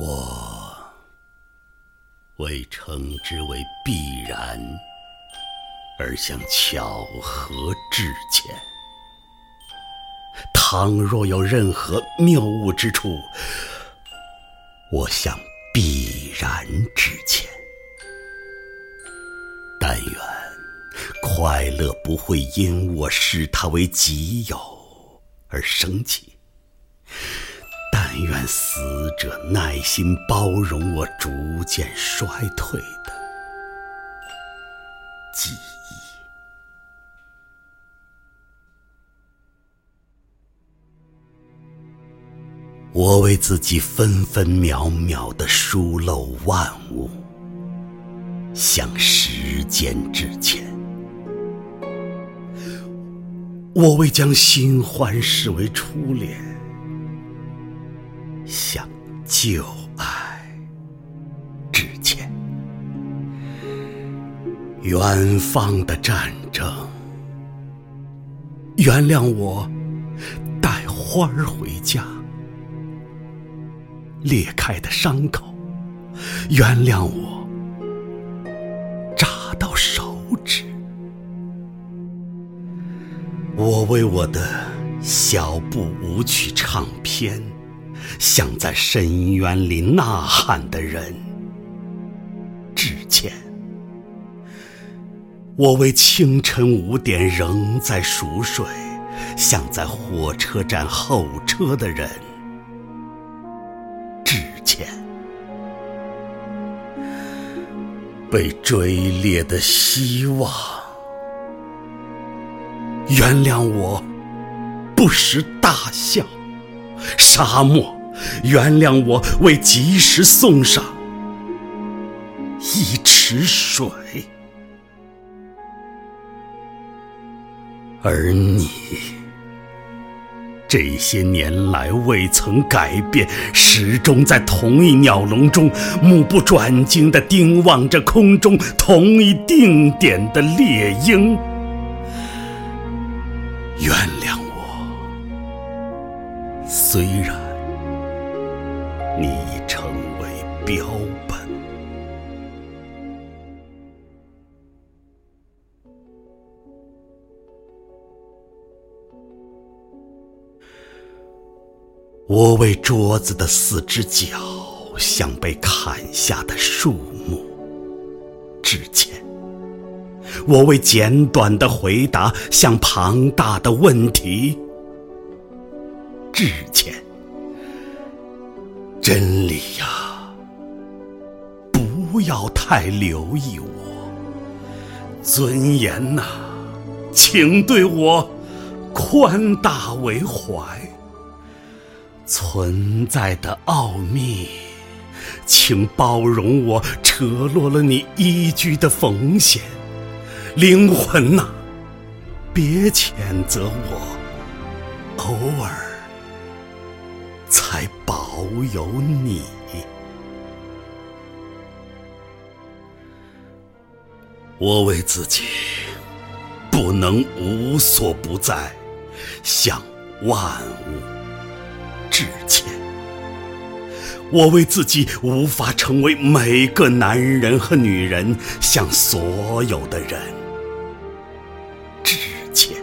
我为称之为必然而向巧合致歉。倘若有任何谬误之处，我向必然致歉。但愿快乐不会因我视它为己有而生气，但愿死者耐心包容我逐渐衰退的记忆。我为自己分分秒秒地疏漏万物，向时间致歉。我为将新欢视为初恋，向旧爱致歉。远方的战争，原谅我带花儿回家。裂开的伤口，原谅我扎到手指。我为我的小步舞曲唱片，向在深渊里呐喊的人致歉。我为清晨5点仍在熟睡，向在火车站候车的人致歉。被追猎的希望，原谅我不识大笑。沙漠，原谅我未及时送上一池水。而你这些年来未曾改变，始终在同一鸟笼中目不转睛地盯望着空中同一定点的猎鹰。原谅我，虽然你已成为标本。我为桌子的4只脚像被砍下的树木致歉。我为简短的回答向庞大的问题致歉。真理呀，不要太留意我。尊严呐，请对我宽大为怀。存在的奥秘，请包容我扯落了你依居的缝线。灵魂呐，别谴责我，偶尔才保有你。我为自己不能无所不在，向万物致歉。我为自己无法成为每个男人和女人，向所有的人致歉。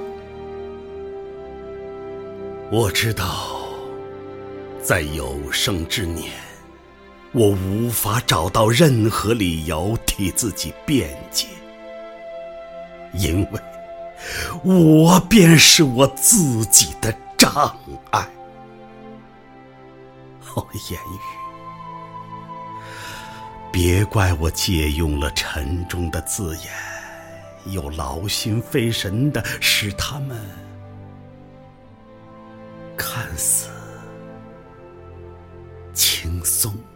我知道，在有生之年，我无法找到任何理由替自己辩解，因为我便是我自己的障碍。言语，别怪我借用了沉重的字眼，又劳心费神地使他们看似轻松。